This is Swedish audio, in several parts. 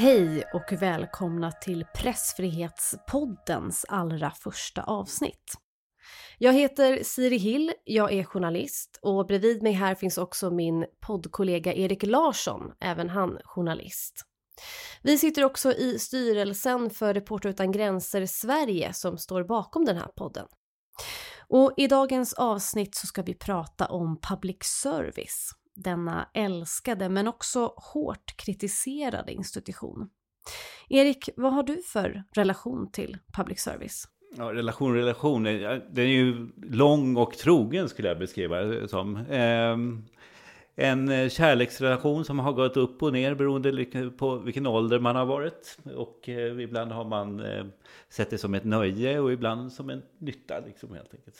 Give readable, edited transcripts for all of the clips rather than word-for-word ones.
Hej och välkomna till Pressfrihetspoddens allra första avsnitt. Jag heter Siri Hill, jag är journalist och bredvid mig här finns också min poddkollega Erik Larsson, även han journalist. Vi sitter också i styrelsen för Reportrar utan gränser Sverige som står bakom den här podden. Och i dagens avsnitt så ska vi prata om public service, denna älskade men också hårt kritiserade institution. Erik, vad har du för relation till public service? Ja, relation. Den är ju lång och trogen skulle jag beskriva det som. En kärleksrelation som har gått upp och ner beroende på vilken ålder man har varit. Och ibland har man sett det som ett nöje och ibland som en nytta liksom, helt enkelt.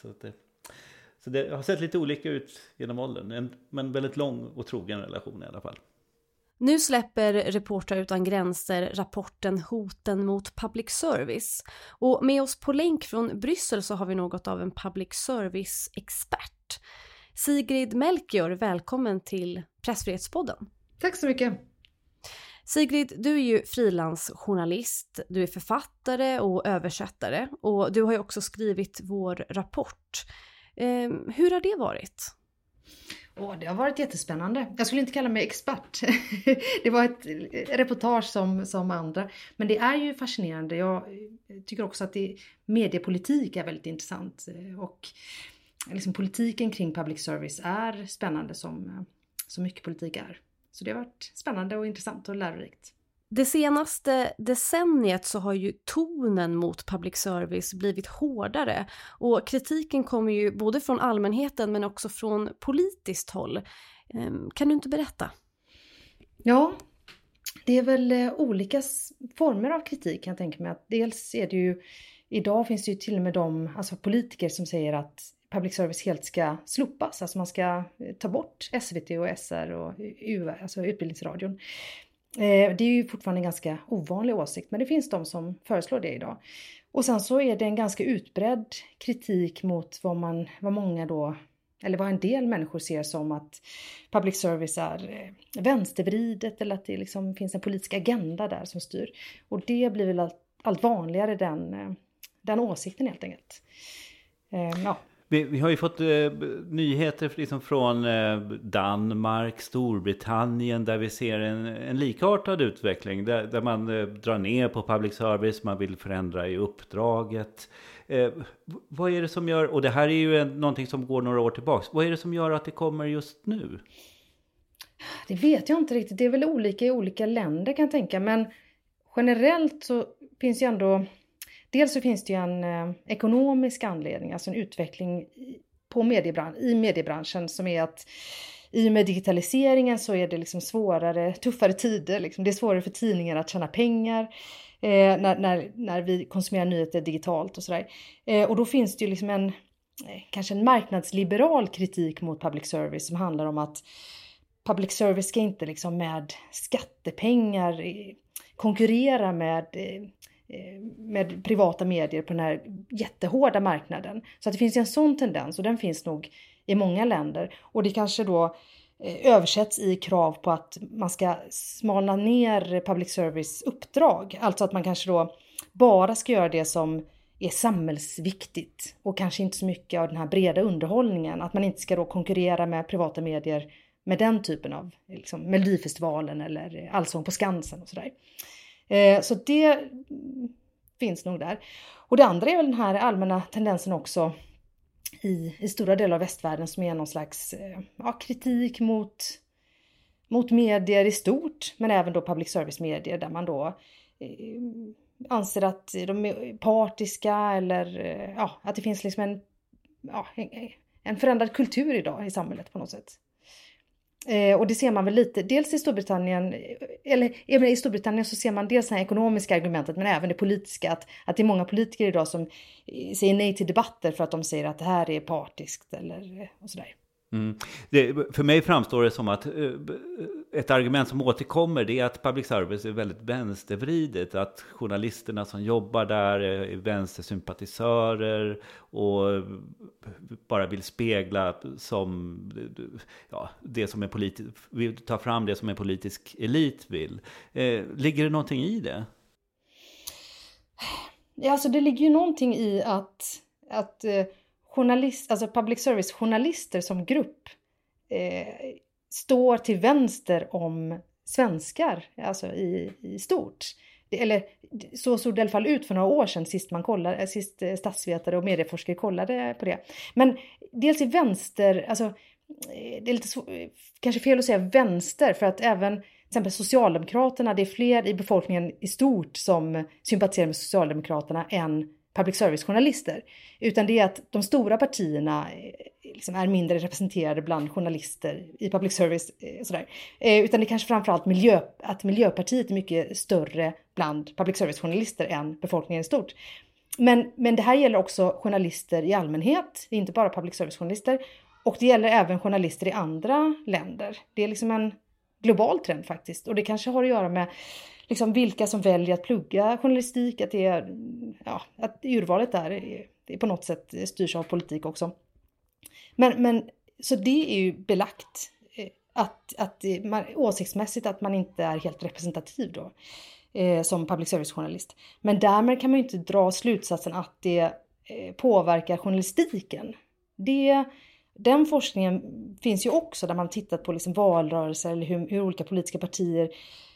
Så det har sett lite olika ut genom åldern. Men väldigt lång och trogen relation i alla fall. Nu släpper Reportrar utan gränser rapporten Hoten mot public service. Och med oss på länk från Bryssel så har vi något av en public service-expert. Sigrid Melchior, välkommen till Pressfrihetspodden. Tack så mycket. Sigrid, du är ju frilansjournalist, du är författare och översättare och du har ju också skrivit vår rapport. Hur har det varit? Det har varit jättespännande. Jag skulle inte kalla mig expert. Det var ett reportage som andra. Men det är ju fascinerande. Jag tycker också att mediepolitik är väldigt intressant. Och liksom politiken kring public service är spännande som mycket politik är. Så det har varit spännande och intressant och lärorikt. Det senaste decenniet så har ju tonen mot public service blivit hårdare och kritiken kommer ju både från allmänheten men också från politiskt håll. Kan du inte berätta? Ja, det är väl olika former av kritik kan jag tänka mig. Att dels är det ju, idag finns det ju till och med politiker som säger att public service helt ska slopas. Alltså man ska ta bort SVT och SR och UR, alltså Utbildningsradion. Det är ju fortfarande en ganska ovanlig åsikt, men det finns de som föreslår det idag. Och sen så är det en ganska utbredd kritik mot vad många då, eller vad en del människor ser som att public service är vänstervridet eller att det liksom finns en politisk agenda där som styr. Och det blir väl allt vanligare den åsikten helt enkelt. Ja. Vi har ju fått nyheter liksom från Danmark, Storbritannien där vi ser en likartad utveckling där man drar ner på public service, man vill förändra i uppdraget. Vad är det som gör, och det här är ju någonting som går några år tillbaka, vad är det som gör att det kommer just nu? Det vet jag inte riktigt, det är väl olika i olika länder kan jag tänka, men generellt så finns ju ändå... Dels så finns det ju en ekonomisk anledning, alltså en utveckling i mediebranschen som är att i och med digitaliseringen så är det liksom tuffare tider. Liksom. Det är svårare för tidningar att tjäna pengar när vi konsumerar nyheter digitalt och sådär. Och då finns det ju liksom kanske en marknadsliberal kritik mot public service som handlar om att public service ska inte liksom med skattepengar konkurrera med privata medier på den här jättehårda marknaden. Så att det finns en sån tendens och den finns nog i många länder. Och det kanske då översätts i krav på att man ska smalna ner public service uppdrag. Alltså att man kanske då bara ska göra det som är samhällsviktigt och kanske inte så mycket av den här breda underhållningen. Att man inte ska då konkurrera med privata medier med den typen av liksom Melodifestivalen eller Allsång på Skansen och sådär. Så det finns nog där. Och det andra är väl den här allmänna tendensen också i stora delar av västvärlden som är någon slags kritik mot medier i stort. Men även då public service medier där man då anser att de är partiska eller att det finns liksom en förändrad kultur idag i samhället på något sätt. Och det ser man väl lite, dels i Storbritannien, eller även i Storbritannien så ser man dels det här ekonomiska argumentet men även det politiska, att det är många politiker idag som säger nej till debatter för att de säger att det här är partiskt eller och sådär. För mig framstår det som att ett argument som återkommer, det är att public service är väldigt vänstervridet. Att journalisterna som jobbar där är vänstersympatisörer och bara vill spegla som, ja, det som är vill ta fram det som en politisk elit vill. Ligger det någonting i det? Ja, alltså det ligger ju någonting i att alltså public service journalister som grupp står till vänster om svenskar, alltså i stort. Eller så såg det i alla fall ut för några år sedan sist statsvetare och medieforskare kollade på det. Men dels i vänster, alltså det är lite kanske fel att säga vänster, för att även till exempel Socialdemokraterna, det är fler i befolkningen i stort som sympatiserar med Socialdemokraterna än public service-journalister. Utan det är att de stora partierna liksom är mindre representerade bland journalister i public service. Sådär. Utan det är kanske framförallt att Miljöpartiet är mycket större bland public service-journalister än befolkningen i stort. Men det här gäller också journalister i allmänhet, inte bara public service-journalister. Och det gäller även journalister i andra länder. Det är liksom en global trend faktiskt. Och det kanske har att göra med liksom vilka som väljer att plugga journalistik. Att att urvalet där är på något sätt styrs av politik också. Men så det är ju belagt att åsiktsmässigt att man inte är helt representativ då som public service-journalist. Men därmed kan man ju inte dra slutsatsen att det påverkar journalistiken. Den forskningen finns ju också där man tittat på liksom valrörelser eller hur olika politiska partier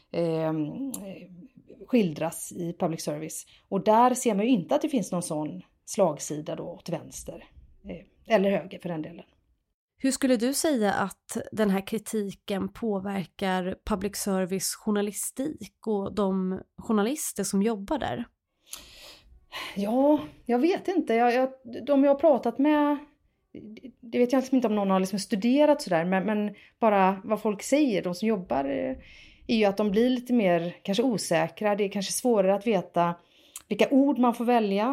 skildras i public service. Och där ser man ju inte att det finns någon sån slagsida då åt vänster eller höger för den delen. Hur skulle du säga att den här kritiken påverkar public service journalistik och de journalister som jobbar där? Ja, jag vet inte. De jag har pratat med, det vet jag inte om någon har liksom studerat sådär, men bara vad folk säger, de som jobbar, är ju att de blir lite mer kanske osäkra. Det är kanske svårare att veta vilka ord man får välja.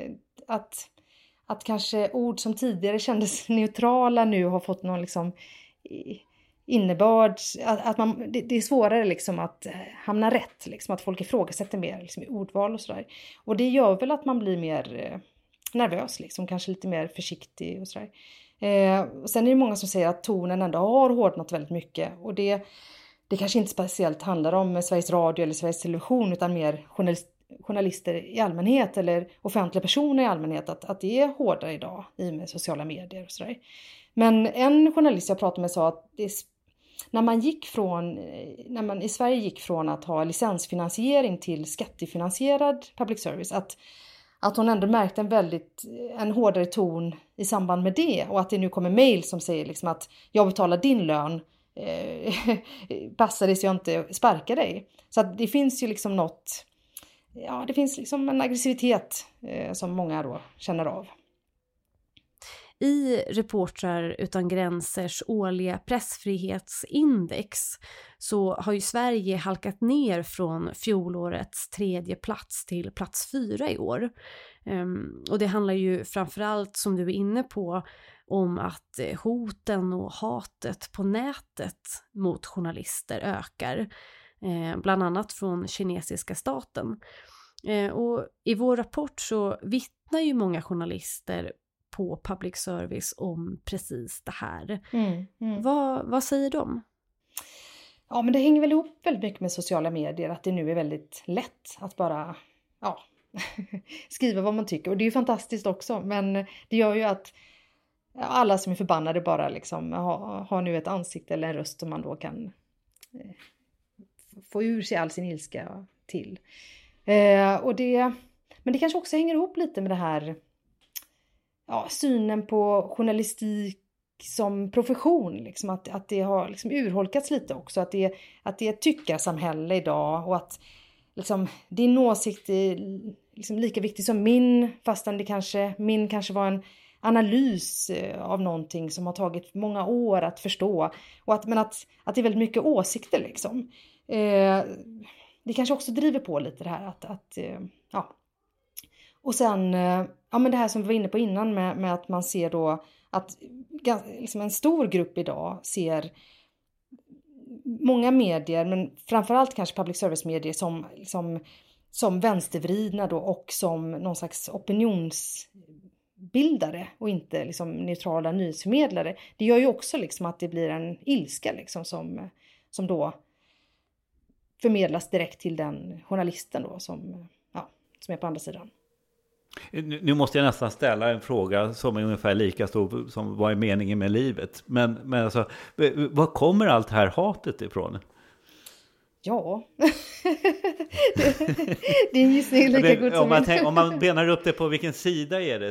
Att kanske ord som tidigare kändes neutrala nu har fått någon liksom innebörd. Det är svårare liksom att hamna rätt. Liksom, att folk ifrågasätter mer liksom, i ordval och sådär. Och det gör väl att man blir mer nervös. Liksom, kanske lite mer försiktig och sådär. Sen är det många som säger att tonen ändå har hårdnat väldigt mycket. Och det kanske inte speciellt handlar om Sveriges Radio eller Sveriges Television, utan mer journalister i allmänhet eller offentliga personer i allmänhet, att det är hårdare idag i och med sociala medier och sådär. Men en journalist jag pratade med sa att när man i Sverige gick från att ha licensfinansiering till skattefinansierad public service, att hon ändå märkte en hårdare ton i samband med det, och att det nu kommer mejl som säger liksom att jag betalar din lön, passar det så jag inte sparkar dig. Så att det finns ju liksom det finns liksom en aggressivitet som många då känner av. I Reportrar utan gränsers årliga pressfrihetsindex så har ju Sverige halkat ner från fjolårets 3:e plats till plats 4 i år. Och det handlar ju framförallt, som du är inne på, om att hoten och hatet på nätet mot journalister ökar. Bland annat från kinesiska staten. Och i vår rapport så vittnar ju många journalister på public service om precis det här. Vad säger de? Ja, men det hänger väl ihop väldigt mycket med sociala medier, att det nu är väldigt lätt att bara skriva vad man tycker. Och det är ju fantastiskt också, men det gör ju att alla som är förbannade bara liksom har nu ett ansikte eller en röst som man då kan få ur sig all sin ilska till. Men det kanske också hänger ihop lite med det här synen på journalistik som profession. Liksom, att det har liksom urholkats lite också. Att det är ett tyckarsamhälle idag, och att liksom, din åsikt är liksom lika viktig som min, fastän min kanske var en analys av någonting som har tagit många år att förstå. Men att det är väldigt mycket åsikter liksom. Det kanske också driver på lite det här och sen men det här som vi var inne på innan med att man ser då att liksom en stor grupp idag ser många medier, men framförallt kanske public service-medier som vänstervridna då och som någon slags opinionsbildare och inte liksom neutrala nyhetsförmedlare. Det gör ju också liksom att det blir en ilska liksom som då förmedlas direkt till den journalisten då som är på andra sidan. Nu måste jag nästan ställa en fråga som är ungefär lika stor som vad är meningen med livet. Men alltså, var kommer allt det här hatet ifrån? Ja, det är en gissning lika god som om man benar upp det på vilken sida är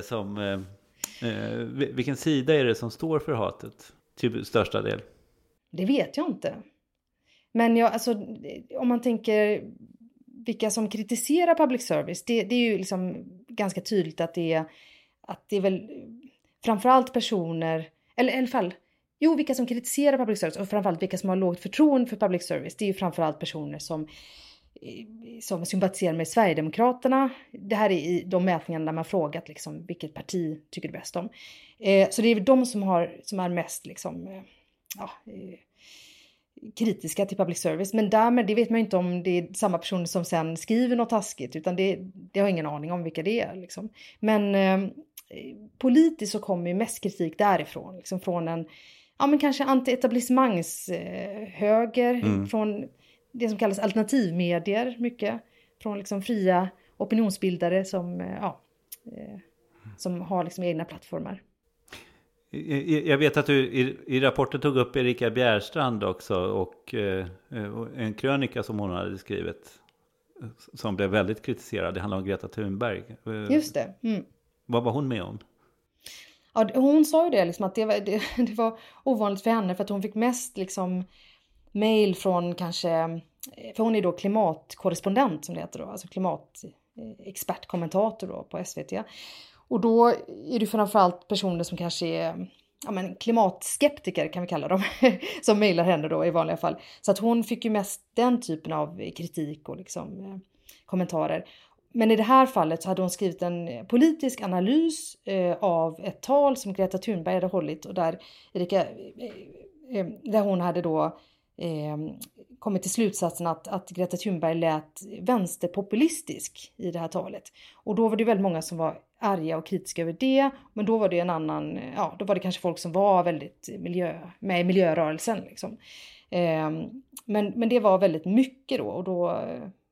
det som står för hatet till största del? Det vet jag inte. Men om man tänker vilka som kritiserar public service, det är ju liksom ganska tydligt att det är väl framförallt personer, eller i alla fall, vilka som kritiserar public service och framförallt vilka som har lågt förtroende för public service, det är ju framförallt personer som sympatiserar med Sverigedemokraterna. Det här är i de mätningarna där man frågat liksom, vilket parti tycker du bäst om. Så det är de som är mest liksom, kritiska till public service. Men därmed, det vet man ju inte om det är samma personer som sen skriver något taskigt, utan det har ingen aning om vilka det är. Liksom. Men politiskt så kommer ju mest kritik därifrån. Liksom från en, men kanske anti-etablissemangshöger, från det som kallas alternativmedier, mycket. Från liksom fria opinionsbildare som har liksom egna plattformar. Jag vet att du i rapporten tog upp Erika Bjärstrand också och en krönika som hon hade skrivit som blev väldigt kritiserad. Det handlar om Greta Thunberg. Just det. Mm. Vad var hon med om? Ja, hon sa ju det liksom, att det var ovanligt för henne för att hon fick mest liksom mejl från kanske, för hon är då klimatkorrespondent som det heter då, alltså klimatexpertkommentator då på SVT. Och då är det framförallt personer som kanske är klimatskeptiker kan vi kalla dem, som mejlar henne då i vanliga fall. Så att hon fick ju mest den typen av kritik och liksom, kommentarer. Men i det här fallet så hade hon skrivit en politisk analys av ett tal som Greta Thunberg hade hållit och där hon hade då kommit till slutsatsen att Greta Thunberg lät vänsterpopulistisk i det här talet. Och då var det väldigt många som var arga och kritiska över det. Men då var det då var det kanske folk som var väldigt med i miljörörelsen. Liksom. Men det var väldigt mycket då. Och då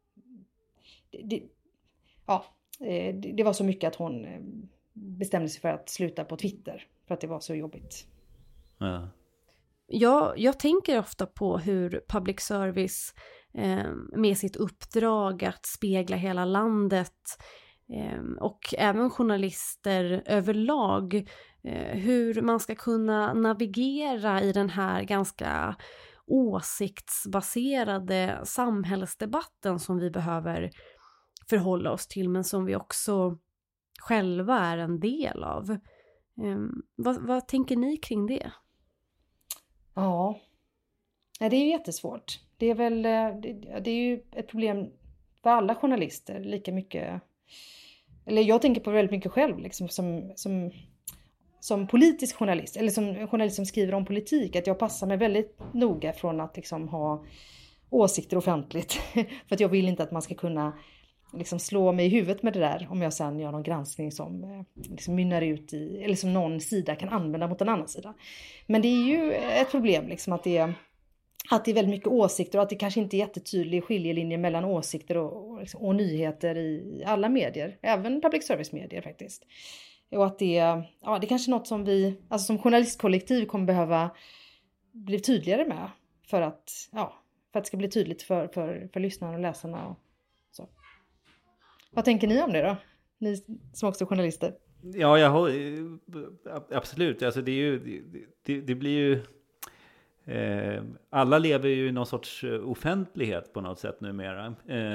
det var så mycket att hon bestämde sig för att sluta på Twitter. För att det var så jobbigt. Ja. Jag tänker ofta på hur public service med sitt uppdrag att spegla hela landet och även journalister överlag, hur man ska kunna navigera i den här ganska åsiktsbaserade samhällsdebatten som vi behöver förhålla oss till, men som vi också själva är en del av. Vad tänker ni kring det? Ja, det är ju jättesvårt. Det är ju ett problem för alla journalister lika mycket. Eller jag tänker på väldigt mycket själv liksom, som politisk journalist eller som journalist som skriver om politik, att jag passar mig väldigt noga från att liksom ha åsikter offentligt för att jag vill inte att man ska kunna liksom slå mig i huvudet med det där om jag sen gör någon granskning som liksom mynnar ut i, eller som någon sida kan använda mot en annan sida. Men det är ju ett problem liksom att det är väldigt mycket åsikter och att det kanske inte är jättetydlig skiljelinje mellan åsikter och nyheter i alla medier, även public service-medier faktiskt. Och att det är kanske något som vi, alltså som journalistkollektiv, kommer behöva bli tydligare med för att det ska bli tydligt för lyssnarna och läsarna och så. Vad tänker ni om det då? Ni som också är journalister. Ja, absolut. Alltså det blir ju alla lever ju i någon sorts offentlighet på något sätt numera.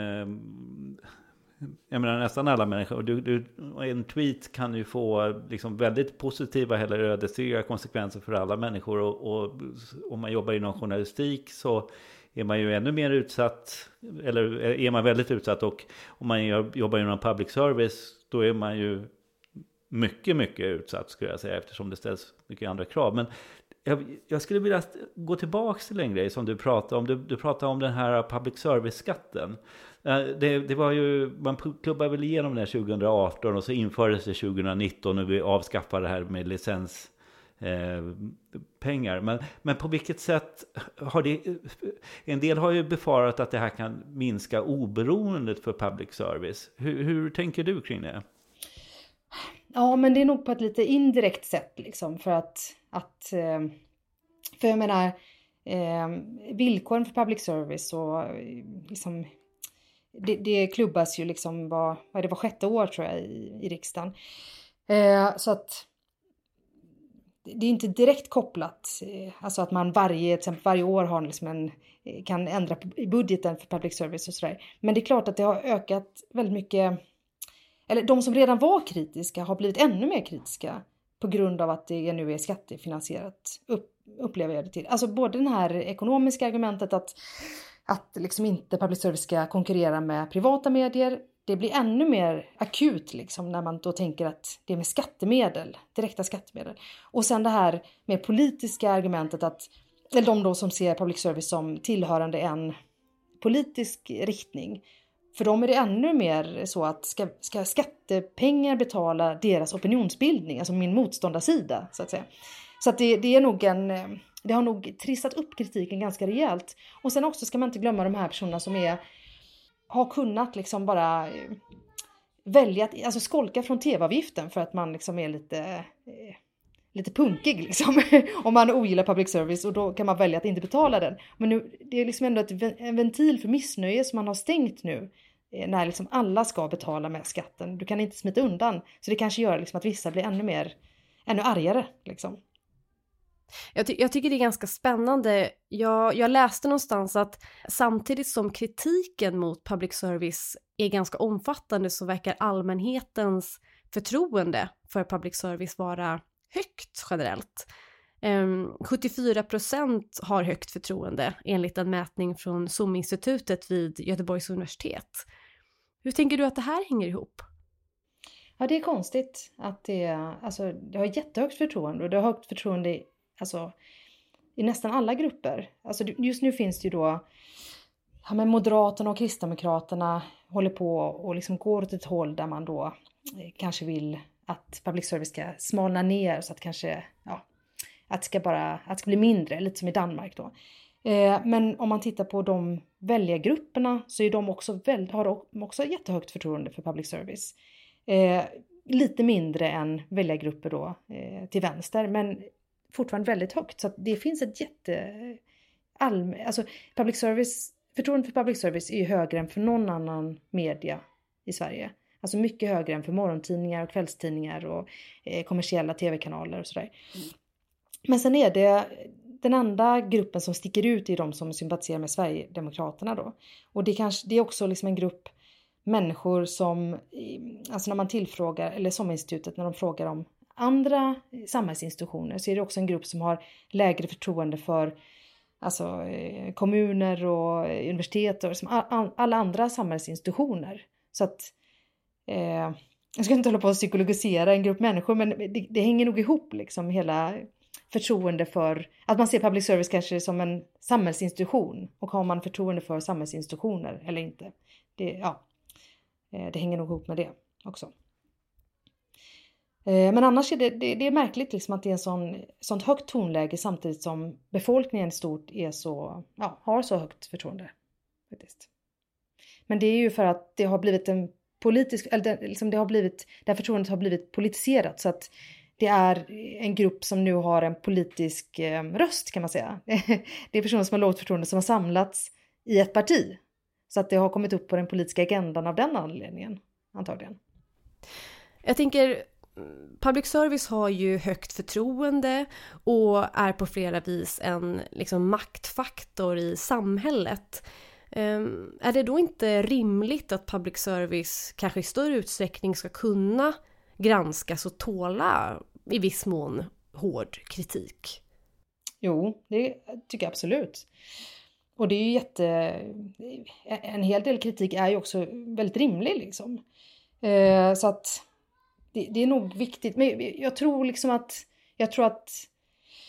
Jag menar nästan alla människor. En tweet kan ju få liksom väldigt positiva eller ödesdigra konsekvenser för alla människor. Och om man jobbar inom journalistik så är man ju ännu mer utsatt. Eller är man väldigt utsatt. Och om man jobbar inom public service då är man ju mycket, mycket utsatt skulle jag säga. Eftersom det ställs mycket andra krav. Men Jag skulle vilja gå tillbaka till en grej som du pratade om. Du pratade om den här public service-skatten. Det var ju, man klubbade väl igenom den 2018 och så infördes det 2019 och vi avskaffade det här med licenspengar. Men på vilket sätt har det... En del har ju befarat att det här kan minska oberoendet för public service. Hur tänker du kring det? Ja, men det är nog på ett lite indirekt sätt liksom, för jag menar villkoren för public service och liksom det klubbas ju liksom var 6:e år tror jag i riksdagen. Så att det är inte direkt kopplat, alltså att man varje år har liksom kan ändra i budgeten för public service och sådär. Men det är klart att det har ökat väldigt mycket, eller de som redan var kritiska har blivit ännu mer kritiska på grund av att det nu är skattefinansierat, upplever jag det till. Alltså både det här ekonomiska argumentet att liksom inte public service ska konkurrera med privata medier. Det blir ännu mer akut liksom när man då tänker att det är med skattemedel, direkta skattemedel. Och sen det här med politiska argumentet eller de då som ser public service som tillhörande en politisk riktning. För dem är det ännu mer så att ska skattepengar betala deras opinionsbildning, alltså min motståndarsida så att säga. Så att det är nog det har nog trissat upp kritiken ganska rejält. Och sen också ska man inte glömma de här personerna som har kunnat liksom bara välja att alltså skolka från tv-avgiften för att man liksom är lite punkig liksom. Om man ogillar public service och då kan man välja att inte betala den. Men nu, det är liksom ändå en ventil för missnöje som man har stängt nu. När liksom alla ska betala med skatten. Du kan inte smita undan. Så det kanske gör liksom att vissa blir ännu argare liksom. Jag tycker det är ganska spännande. Jag läste någonstans att samtidigt som kritiken mot public service är ganska omfattande så verkar allmänhetens förtroende för public service vara högt generellt. 74% har högt förtroende enligt en mätning från SOM-institutet vid Göteborgs universitet. Hur tänker du att det här hänger ihop? Ja, det är konstigt att det har jättehögt förtroende och det har högt förtroende i nästan alla grupper. Alltså just nu finns det ju då men Moderaterna och Kristdemokraterna håller på och liksom går åt ett håll där man då kanske vill att public service ska smalna ner så att kanske att det ska bli mindre, lite som i Danmark då. Men om man tittar på de väljargrupperna så är de har också jättehögt förtroende för public service. Lite mindre än väljargrupper då till vänster, men fortfarande väldigt högt. Så att det finns ett public service, förtroende för public service är ju högre än för någon annan media i Sverige. Alltså mycket högre än för morgontidningar och kvällstidningar och kommersiella tv-kanaler och sådär. Men sen är det den andra gruppen som sticker ut i de som sympatiserar med Sverigedemokraterna då. Och det är också liksom en grupp människor som, alltså när man tillfrågar, eller som institutet när de frågar om andra samhällsinstitutioner så är det också en grupp som har lägre förtroende för kommuner och universitet och som alla andra samhällsinstitutioner. Så att jag ska inte hålla på att psykologisera en grupp människor, men det hänger nog ihop liksom hela förtroende för att man ser public service kanske som en samhällsinstitution och har man förtroende för samhällsinstitutioner eller inte. Det hänger nog ihop med det också. Men annars är det är märkligt liksom att det är sånt högt tonläge samtidigt som befolkningen stort har så högt förtroende faktiskt. Men det är ju för att det har blivit en politisk, eller liksom det här förtroendet har blivit politiserat så att det är en grupp som nu har en politisk röst kan man säga. Det är personer som har lågt förtroende som har samlats i ett parti. Så att det har kommit upp på den politiska agendan av den anledningen antagligen. Jag tänker, public service har ju högt förtroende och är på flera vis en liksom maktfaktor i samhället. Är det då inte rimligt att public service kanske i större utsträckning ska kunna granskas och tåla i viss mån hård kritik? Jo, det tycker jag absolut. Och det är ju en hel del kritik är ju också väldigt rimlig liksom. Så att det är nog viktigt. Men jag tror att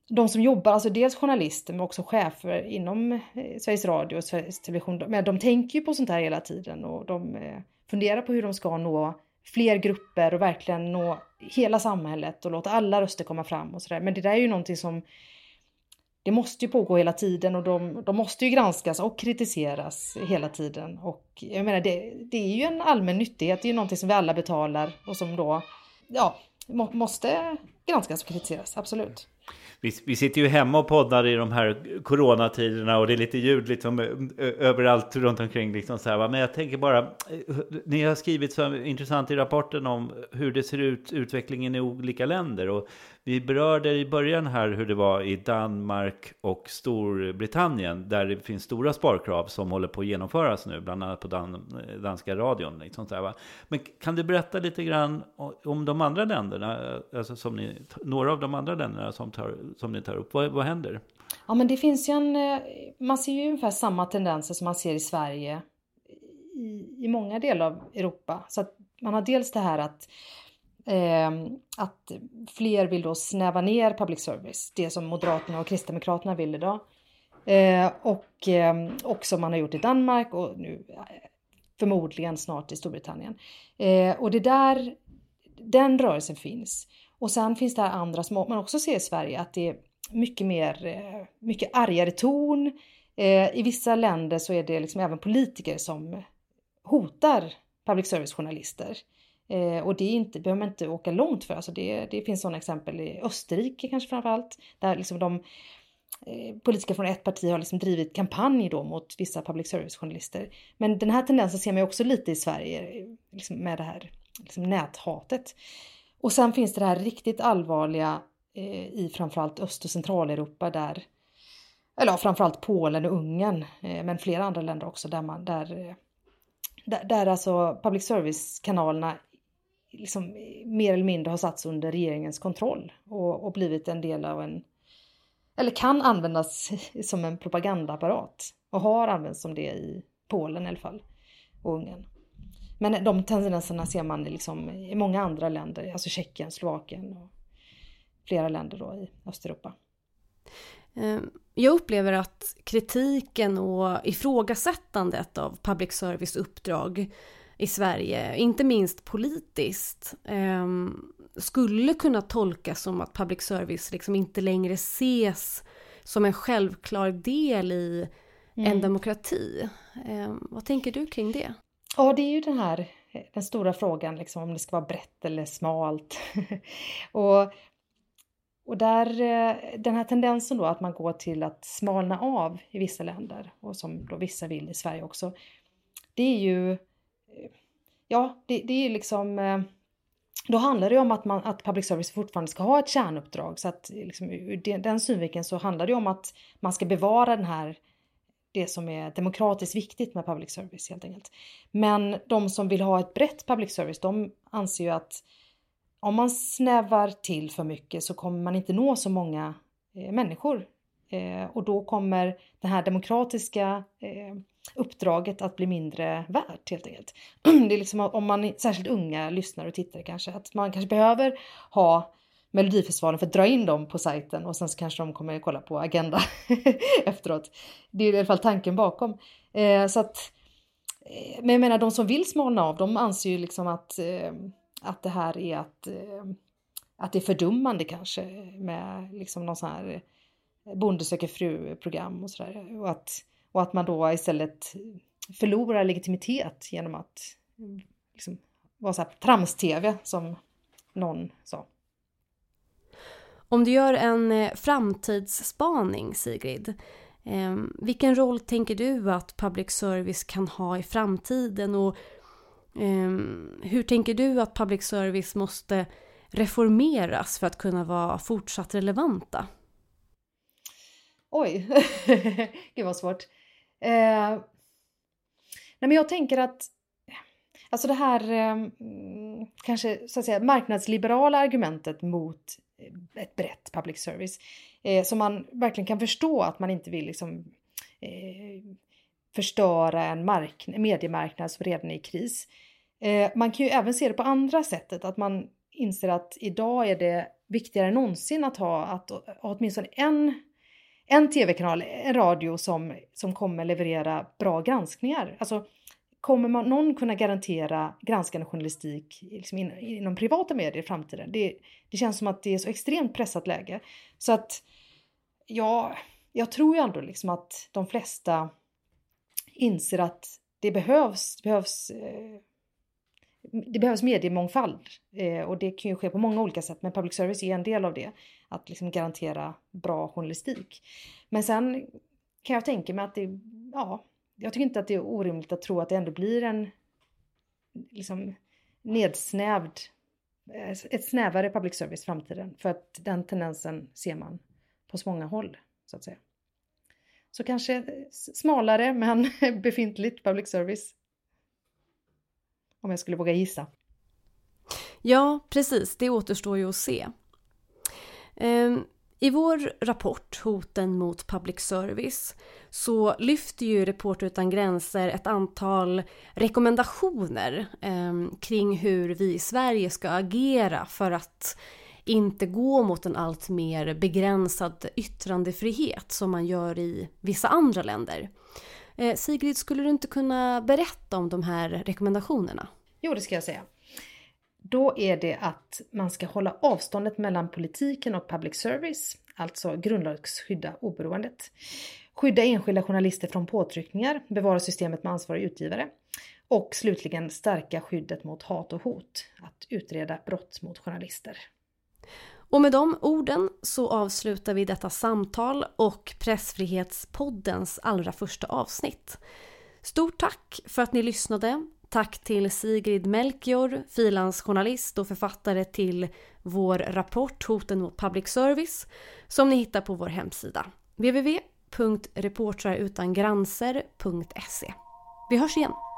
de som jobbar, alltså dels journalister men också chefer inom Sveriges Radio och Sveriges Television, men de tänker ju på sånt här hela tiden och de funderar på hur de ska nå fler grupper och verkligen nå hela samhället och låta alla röster komma fram och sådär. Men det där är ju någonting som det måste ju pågå hela tiden och de måste ju granskas och kritiseras hela tiden. Och jag menar, det är ju en allmän nyttighet, det är ju någonting som vi alla betalar och som då måste granskas och kritiseras, absolut. Vi sitter ju hemma och poddar i de här coronatiderna och det är lite ljud liksom överallt runt omkring liksom så här, va? Men jag tänker bara, ni har skrivit så intressant i rapporten om hur det ser ut, utvecklingen i olika länder, och vi berörde i början här hur det var i Danmark och Storbritannien där det finns stora sparkrav som håller på att genomföras nu, bland annat på danska radion liksom så här, va? Men kan du berätta lite grann om de andra länderna, alltså några av de andra länderna som ni tar upp? Vad händer? Ja, men det finns ju man ser ju ungefär samma tendenser som man ser i Sverige i många delar av Europa. Så att man har dels det här att fler vill då snäva ner public service, det som Moderaterna och Kristdemokraterna vill idag. Och också man har gjort i Danmark och nu förmodligen snart i Storbritannien. Och den rörelsen finns. Och sen finns det här andra som man också ser i Sverige, att det är mycket argare ton. I vissa länder så är det liksom även politiker som hotar public service-journalister. Och det behöver man inte åka långt för. Alltså det finns sådana exempel i Österrike kanske framförallt. Där liksom de politiker från ett parti har liksom drivit kampanj då mot vissa public service-journalister. Men den här tendensen ser man också lite i Sverige liksom med det här liksom näthatet. Och sen finns det här riktigt allvarliga i framförallt Öst- och Centraleuropa eller framförallt Polen och Ungern, men flera andra länder också där alltså public service-kanalerna liksom mer eller mindre har satts under regeringens kontroll och blivit en del av eller kan användas som en propagandaapparat och har använts som det i Polen i alla fall och Ungern. Men de tendenserna ser man liksom i många andra länder, alltså Tjeckien, Slovakien och flera länder då i Östeuropa. Jag upplever att kritiken och ifrågasättandet av public service uppdrag i Sverige, inte minst politiskt, skulle kunna tolkas som att public service liksom inte längre ses som en självklar del i en demokrati. Vad tänker du kring det? Ja, det är ju den stora frågan liksom, om det ska vara brett eller smalt. och där den här tendensen då att man går till att smalna av i vissa länder och som då vissa vill i Sverige också. Det är ju det är liksom då handlar det om att public service fortfarande ska ha ett kärnuppdrag, så att liksom, ur den synvinkeln så handlar det om att man ska bevara det som är demokratiskt viktigt med public service helt enkelt. Men de som vill ha ett brett public service, de anser ju att om man snävar till för mycket så kommer man inte nå så många människor. Och då kommer det här demokratiska uppdraget att bli mindre värt helt enkelt. Det är liksom om man, särskilt unga lyssnare och tittare kanske, att man kanske behöver ha Melodifestivalen för att dra in dem på sajten och sen så kanske de kommer kolla på Agenda efteråt. Det är i alla fall tanken bakom. Så att, men jag menar, de som vill smalna av, de anser ju liksom att det här är att det är fördummande kanske med liksom någon sån här Bonde söker fru-program och sådär. Och att man då istället förlorar legitimitet genom att liksom vara så här trams-tv som någon sa. Om du gör en framtidsspaning, Sigrid, vilken roll tänker du att public service kan ha i framtiden, och hur tänker du att public service måste reformeras för att kunna vara fortsatt relevanta? Oj, det var svårt. Nej, men jag tänker att alltså det här kanske så att säga marknadsliberala argumentet mot ett brett public service som man verkligen kan förstå, att man inte vill liksom förstöra en mediemarknad som redan är i kris. Man kan ju även se det på andra sättet, att man inser att idag är det viktigare än någonsin att ha åtminstone en tv-kanal, en radio som kommer leverera bra granskningar. Alltså kommer någon kunna garantera granskande journalistik liksom inom privata medier i framtiden? Det känns som att det är så extremt pressat läge. Så att jag tror ju ändå liksom att de flesta inser att det behövs mediemångfald. Och det kan ju ske på många olika sätt. Men public service är en del av det. Att liksom garantera bra journalistik. Men sen kan jag tänka mig att jag tycker inte att det är orimligt att tro att det ändå blir en liksom ett snävare public service i framtiden. För att den tendensen ser man på så många håll, så att säga. Så kanske smalare men befintligt public service. Om jag skulle våga gissa. Ja, precis. Det återstår ju att se. I vår rapport Hoten mot public service så lyfter ju Reporter utan gränser ett antal rekommendationer kring hur vi i Sverige ska agera för att inte gå mot en allt mer begränsad yttrandefrihet som man gör i vissa andra länder. Sigrid, skulle du inte kunna berätta om de här rekommendationerna? Jo, det ska jag säga. Då är det att man ska hålla avståndet mellan politiken och public service, alltså grundlagsskydda oberoendet. Skydda enskilda journalister från påtryckningar, bevara systemet med ansvariga utgivare och slutligen stärka skyddet mot hat och hot, att utreda brott mot journalister. Och med de orden så avslutar vi detta samtal och Pressfrihetspoddens allra första avsnitt. Stort tack för att ni lyssnade. Tack till Sigrid Melchior, frilansjournalist och författare till vår rapport Hoten mot public service som ni hittar på vår hemsida www.reportrarutangränser.se. Vi hörs igen!